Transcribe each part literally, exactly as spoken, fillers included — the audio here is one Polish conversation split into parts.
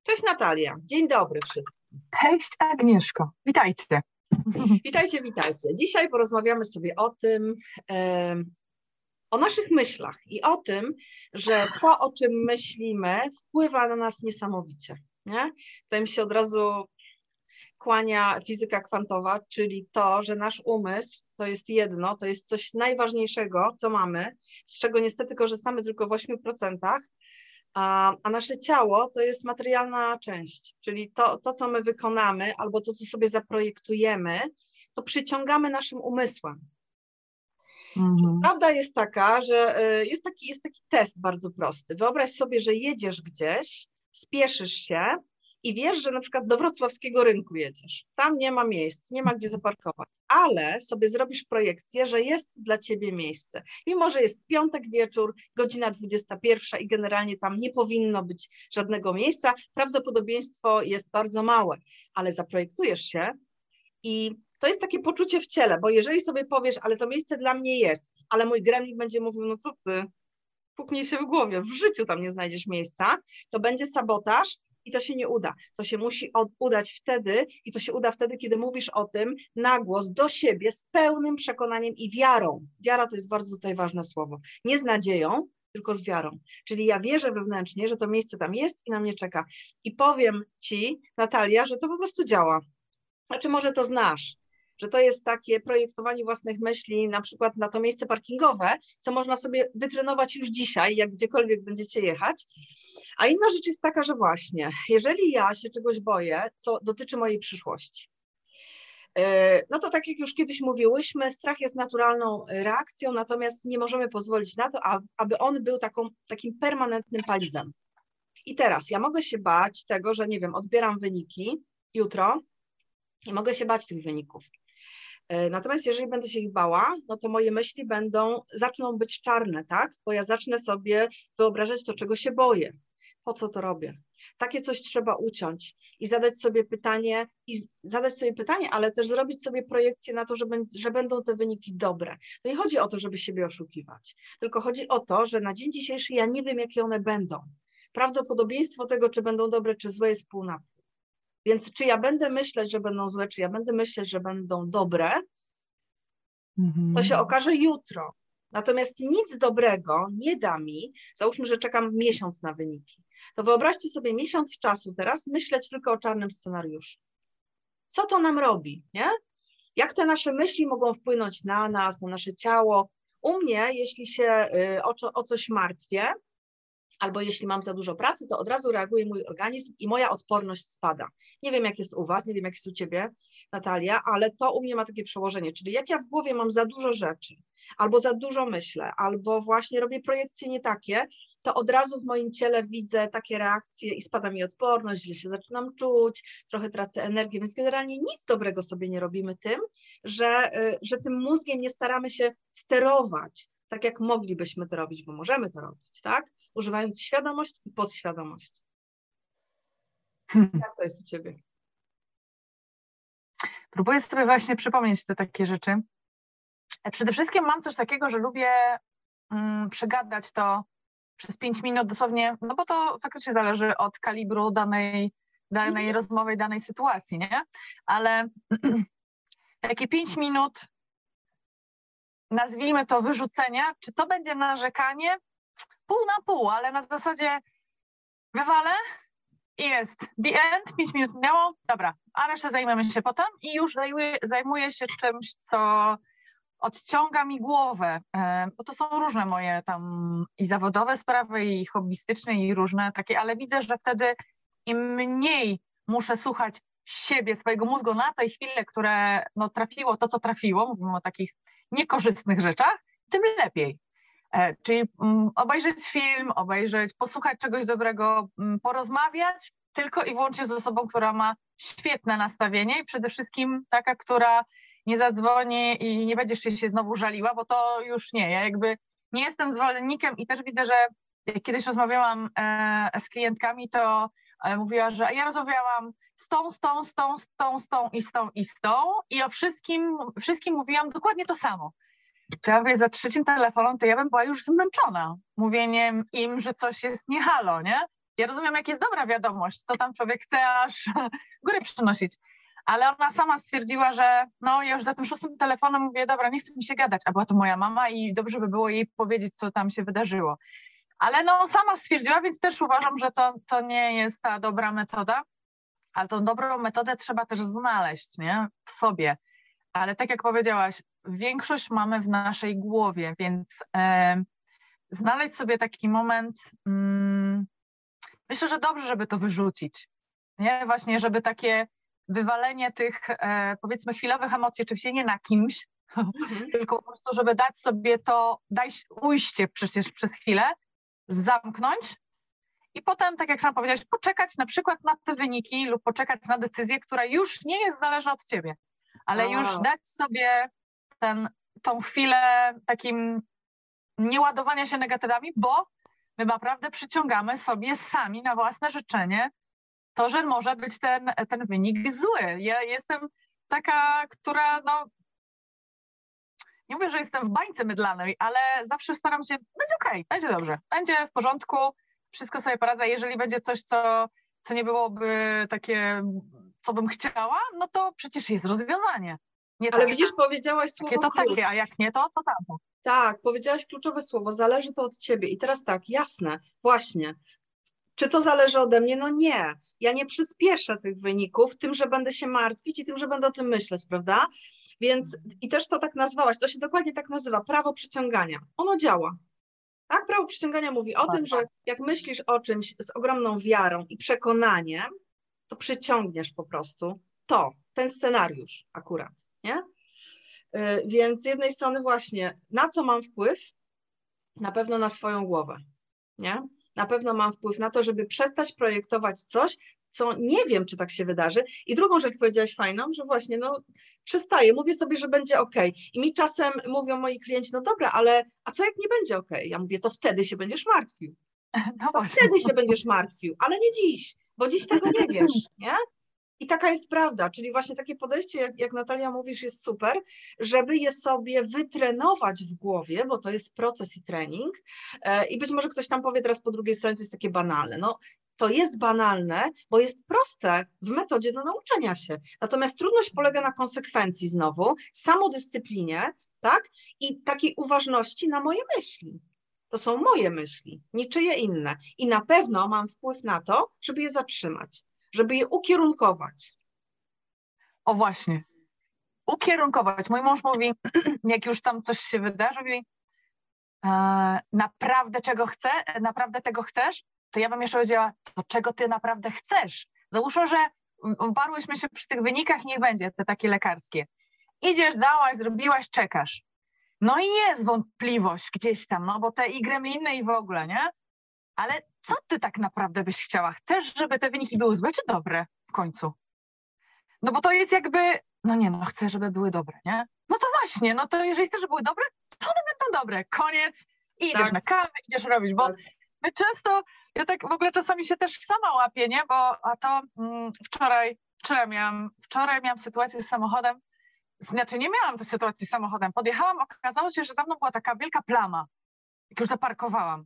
Cześć Natalia, dzień dobry wszystkim. Cześć Agnieszko, witajcie. Witajcie, witajcie. Dzisiaj porozmawiamy sobie o tym, e, o naszych myślach i o tym, że to, o czym myślimy, wpływa na nas niesamowicie. Nie? Tutaj mi się od razu kłania fizyka kwantowa, czyli to, że nasz umysł to jest jedno, to jest coś najważniejszego, co mamy, z czego niestety korzystamy tylko w ośmiu procentach, A, a nasze ciało to jest materialna część, czyli to, to, co my wykonamy, albo to, co sobie zaprojektujemy, to przyciągamy naszym umysłem. Mhm. Prawda jest taka, że jest taki, jest taki test bardzo prosty. Wyobraź sobie, że jedziesz gdzieś, spieszysz się i wiesz, że na przykład do wrocławskiego rynku jedziesz. Tam nie ma miejsc, nie ma gdzie zaparkować, ale sobie zrobisz projekcję, że jest dla ciebie miejsce. Mimo że jest piątek wieczór, godzina dwudziesta pierwsza i generalnie tam nie powinno być żadnego miejsca, prawdopodobieństwo jest bardzo małe, ale zaprojektujesz się i to jest takie poczucie w ciele, bo jeżeli sobie powiesz, ale to miejsce dla mnie jest, ale mój gremlin będzie mówił, no co ty, puknij się w głowie, w życiu tam nie znajdziesz miejsca, to będzie sabotaż, i to się nie uda. To się musi udać wtedy i to się uda wtedy, kiedy mówisz o tym na głos do siebie z pełnym przekonaniem i wiarą. Wiara to jest bardzo tutaj ważne słowo. Nie z nadzieją, tylko z wiarą. Czyli ja wierzę wewnętrznie, że to miejsce tam jest i na mnie czeka. I powiem ci, Natalia, że to po prostu działa. Znaczy może to znasz, że to jest takie projektowanie własnych myśli, na przykład na to miejsce parkingowe, co można sobie wytrenować już dzisiaj, jak gdziekolwiek będziecie jechać. A inna rzecz jest taka, że właśnie, jeżeli ja się czegoś boję, co dotyczy mojej przyszłości, no to tak jak już kiedyś mówiłyśmy, strach jest naturalną reakcją, natomiast nie możemy pozwolić na to, aby on był taką, takim permanentnym paliwem. I teraz ja mogę się bać tego, że nie wiem, odbieram wyniki jutro i mogę się bać tych wyników. Natomiast jeżeli będę się ich bała, no to moje myśli będą, zaczną być czarne, tak? Bo ja zacznę sobie wyobrażać to, czego się boję. Po co to robię? Takie coś trzeba uciąć i zadać sobie pytanie, i zadać sobie pytanie, ale też zrobić sobie projekcję na to, że, że będą te wyniki dobre. To nie chodzi o to, żeby siebie oszukiwać, tylko chodzi o to, że na dzień dzisiejszy ja nie wiem, jakie one będą. Prawdopodobieństwo tego, czy będą dobre, czy złe, jest pół na pół. Więc czy ja będę myśleć, że będą złe, czy ja będę myśleć, że będą dobre, mhm. to się okaże jutro. Natomiast nic dobrego nie da mi, załóżmy, że czekam miesiąc na wyniki, to wyobraźcie sobie miesiąc czasu teraz myśleć tylko o czarnym scenariuszu. Co to nam robi, nie? Jak te nasze myśli mogą wpłynąć na nas, na nasze ciało? U mnie, jeśli się o, o coś martwię, albo jeśli mam za dużo pracy, to od razu reaguje mój organizm i moja odporność spada. Nie wiem, jak jest u was, nie wiem, jak jest u ciebie, Natalia, ale to u mnie ma takie przełożenie, czyli jak ja w głowie mam za dużo rzeczy, albo za dużo myślę, albo właśnie robię projekcje nie takie, to od razu w moim ciele widzę takie reakcje i spada mi odporność, źle się zaczynam czuć, trochę tracę energię, więc generalnie nic dobrego sobie nie robimy tym, że, że tym mózgiem nie staramy się sterować, tak jak moglibyśmy to robić, bo możemy to robić, tak? Używając świadomość i podświadomość. Hmm. Jak to jest u ciebie? Próbuję sobie właśnie przypomnieć te takie rzeczy. Przede wszystkim mam coś takiego, że lubię mm, przegadać to przez pięć minut dosłownie, no bo to faktycznie zależy od kalibru danej, danej mm. rozmowy, danej sytuacji, nie? Ale takie pięć minut, nazwijmy to wyrzucenia, czy to będzie narzekanie? Pół na pół, ale na zasadzie wywalę i jest the end, pięć minut minęło, dobra, a resztę zajmiemy się potem i już zajmuję, zajmuję się czymś, co odciąga mi głowę, bo to są różne moje tam i zawodowe sprawy, i hobbystyczne, i różne takie, ale widzę, że wtedy im mniej muszę słuchać siebie, swojego mózgu na tej chwili, które no, trafiło to, co trafiło, mówimy o takich niekorzystnych rzeczach, tym lepiej. Czyli um, obejrzeć film, obejrzeć, posłuchać czegoś dobrego, um, porozmawiać tylko i wyłącznie z osobą, która ma świetne nastawienie i przede wszystkim taka, która nie zadzwoni i nie będziesz się znowu żaliła, bo to już nie. Ja jakby nie jestem zwolennikiem i też widzę, że jak kiedyś rozmawiałam e, z klientkami, to e, mówiła, że ja rozmawiałam z tą, z tą, z tą, z tą, z tą i z tą i z tą i o wszystkim, wszystkim mówiłam dokładnie to samo. To ja mówię, za trzecim telefonem to ja bym była już zmęczona mówieniem im, że coś jest nie halo, nie? Ja rozumiem, jak jest dobra wiadomość, to tam człowiek chce aż górę przynosić. Ale ona sama stwierdziła, że no ja już za tym szóstym telefonem mówię, dobra, nie chce mi się gadać, a była to moja mama i dobrze by było jej powiedzieć, co tam się wydarzyło. Ale no sama stwierdziła, więc też uważam, że to, to nie jest ta dobra metoda, ale tą dobrą metodę trzeba też znaleźć, nie? W sobie. Ale tak jak powiedziałaś, większość mamy w naszej głowie, więc e, znaleźć sobie taki moment, mm, myślę, że dobrze, żeby to wyrzucić, nie? Właśnie, żeby takie wywalenie tych, e, powiedzmy, chwilowych emocji, oczywiście nie na kimś, mhm. tylko po prostu, żeby dać sobie to, dać ujście przecież przez chwilę, zamknąć i potem, tak jak sam powiedziałeś, poczekać na przykład na te wyniki lub poczekać na decyzję, która już nie jest zależna od ciebie, ale A. już dać sobie ten, tą chwilę takim nieładowania się negatywami, bo my naprawdę przyciągamy sobie sami na własne życzenie to, że może być ten, ten wynik zły. Ja jestem taka, która no nie mówię, że jestem w bańce mydlanej, ale zawsze staram się, będzie okej, okay, będzie dobrze, będzie w porządku, wszystko sobie poradzę. Jeżeli będzie coś, co, co nie byłoby takie, co bym chciała, no to przecież jest rozwiązanie. Nie ale tak, widzisz, powiedziałaś słowo takie to klucz. takie, a jak nie to, to tamto. Tak, powiedziałaś kluczowe słowo, zależy to od ciebie. I teraz tak, jasne, właśnie. Czy to zależy ode mnie? No nie. Ja nie przyspieszę tych wyników tym, że będę się martwić i tym, że będę o tym myśleć, prawda? Więc i też to tak nazwałaś, to się dokładnie tak nazywa, prawo przyciągania. Ono działa. Tak, prawo przyciągania mówi o tym, że jak myślisz o czymś z ogromną wiarą i przekonaniem, to przyciągniesz po prostu to, ten scenariusz akurat, nie? Yy, więc z jednej strony właśnie, na co mam wpływ? Na pewno na swoją głowę, nie? Na pewno mam wpływ na to, żeby przestać projektować coś, co nie wiem, czy tak się wydarzy. I drugą rzecz powiedziałaś fajną, że właśnie no przestaję, mówię sobie, że będzie ok. I mi czasem mówią moi klienci, no dobra, ale a co jak nie będzie ok? Ja mówię, to wtedy się będziesz martwił. No to wtedy się będziesz martwił, ale nie dziś, bo dziś tego nie wiesz, nie? I taka jest prawda, czyli właśnie takie podejście, jak, jak Natalia mówisz, jest super, żeby je sobie wytrenować w głowie, bo to jest proces i trening. E, I być może ktoś tam powie teraz po drugiej stronie, to jest takie banalne. No, to jest banalne, bo jest proste w metodzie do nauczenia się. Natomiast trudność polega na konsekwencji znowu, samodyscyplinie, tak? I takiej uważności na moje myśli. To są moje myśli, niczyje inne. I na pewno mam wpływ na to, żeby je zatrzymać, żeby je ukierunkować. O właśnie, ukierunkować. Mój mąż mówi, jak już tam coś się wydarzy, mówi, e, naprawdę czego chcę, naprawdę tego chcesz? To ja bym jeszcze powiedziała, to czego ty naprawdę chcesz? Załóżmy, że uparłyśmy się przy tych wynikach, niech będzie te takie lekarskie. Idziesz, dałaś, zrobiłaś, czekasz. No i jest wątpliwość gdzieś tam, no bo te i gremliny i w ogóle, nie? Ale co ty tak naprawdę byś chciała? Chcesz, żeby te wyniki były złe czy dobre w końcu? No bo to jest jakby, no nie, no chcę, żeby były dobre, nie? No to właśnie, no to jeżeli chcesz, żeby były dobre, to one będą dobre. Koniec. I idziesz tak na kawę, idziesz robić, bo tak. My często, ja tak w ogóle czasami się też sama łapię, nie? Bo a to mm, wczoraj, wczoraj miałam, wczoraj miałam sytuację z samochodem, znaczy nie miałam tej sytuacji z samochodem. Podjechałam, okazało się, że za mną była taka wielka plama, jak już zaparkowałam.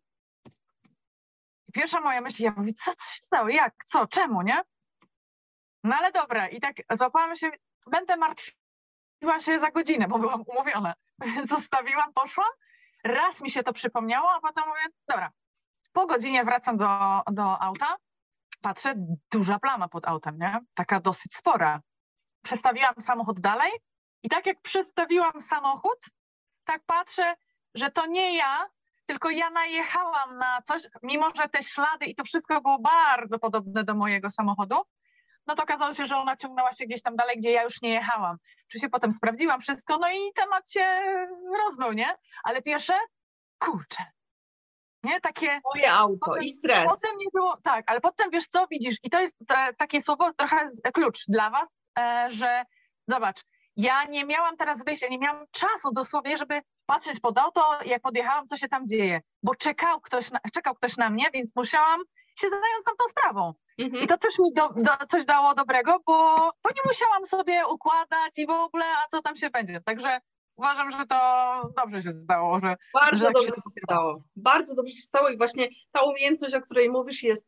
I pierwsza moja myśl, ja mówię, co, co się stało, jak, co, czemu, nie? No ale dobra, i tak złapałam się, będę martwiła się za godzinę, bo byłam umówiona. Więc zostawiłam, poszłam, raz mi się to przypomniało, a potem mówię, dobra, po godzinie wracam do, do auta, patrzę, duża plama pod autem, nie? Taka dosyć spora. Przestawiłam samochód dalej i tak jak przestawiłam samochód, tak patrzę, że to nie ja, tylko ja najechałam na coś, mimo że te ślady i to wszystko było bardzo podobne do mojego samochodu, no to okazało się, że ona ciągnęła się gdzieś tam dalej, gdzie ja już nie jechałam. Oczywiście potem sprawdziłam wszystko, no i temat się rozmył, nie? Ale pierwsze, kurczę, nie? Takie... Moje auto potem, i stres. Potem nie było, tak, ale potem wiesz co, widzisz, i to jest te, takie słowo, trochę klucz dla was, e, że zobacz, ja nie miałam teraz wyjścia, nie miałam czasu dosłownie, żeby patrzeć pod auto, jak podjechałam, co się tam dzieje, bo czekał ktoś na, czekał ktoś na mnie, więc musiałam się zająć tamtą sprawą. Mhm. I to też mi do, do, coś dało dobrego, bo, bo nie musiałam sobie układać i w ogóle, a co tam się będzie. Także uważam, że to dobrze się stało. Że, Bardzo że dobrze się stało. Bardzo dobrze się stało i właśnie ta umiejętność, o której mówisz, jest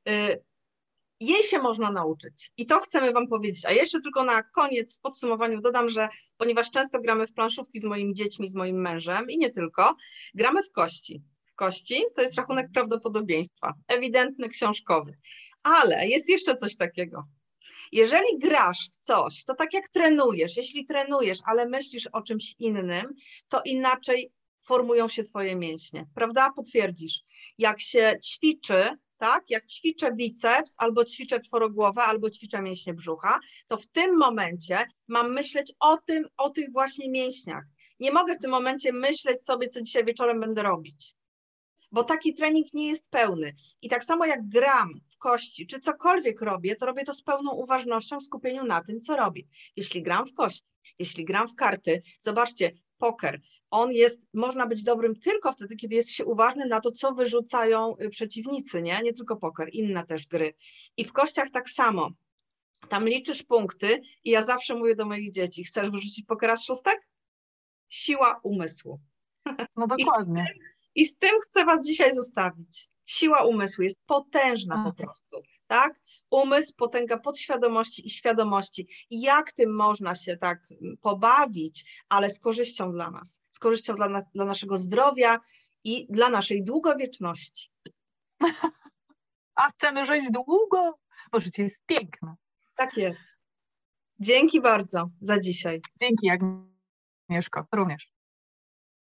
Jej się można nauczyć i to chcemy Wam powiedzieć. A jeszcze tylko na koniec w podsumowaniu dodam, że ponieważ często gramy w planszówki z moimi dziećmi, z moim mężem i nie tylko, gramy w kości. W kości to jest rachunek prawdopodobieństwa, ewidentny, książkowy. Ale jest jeszcze coś takiego. Jeżeli grasz w coś, to tak jak trenujesz, jeśli trenujesz, ale myślisz o czymś innym, to inaczej formują się Twoje mięśnie, prawda? Potwierdzisz. Jak się ćwiczy, tak, jak ćwiczę biceps, albo ćwiczę czworogłowę, albo ćwiczę mięśnie brzucha, to w tym momencie mam myśleć o tym, o tych właśnie mięśniach. Nie mogę w tym momencie myśleć sobie, co dzisiaj wieczorem będę robić, bo taki trening nie jest pełny. I tak samo jak gram w kości, czy cokolwiek robię, to robię to z pełną uważnością, skupieniu na tym, co robię. Jeśli gram w kości, jeśli gram w karty, zobaczcie, poker, on jest, można być dobrym tylko wtedy, kiedy jest się uważny na to, co wyrzucają przeciwnicy, nie? Nie tylko poker, inne też gry. I w kościach tak samo. Tam liczysz punkty i ja zawsze mówię do moich dzieci, chcesz wyrzucić pokera z szóstek? Siła umysłu. No dokładnie. I z, tym, I z tym chcę Was dzisiaj zostawić. Siła umysłu jest potężna po prostu, tak? Umysł, potęga podświadomości i świadomości. I jak tym można się tak pobawić, ale z korzyścią dla nas, z korzyścią dla, na, dla naszego zdrowia i dla naszej długowieczności. A chcemy żyć długo, bo życie jest piękne. Tak jest. Dzięki bardzo za dzisiaj. Dzięki, Agnieszko, również.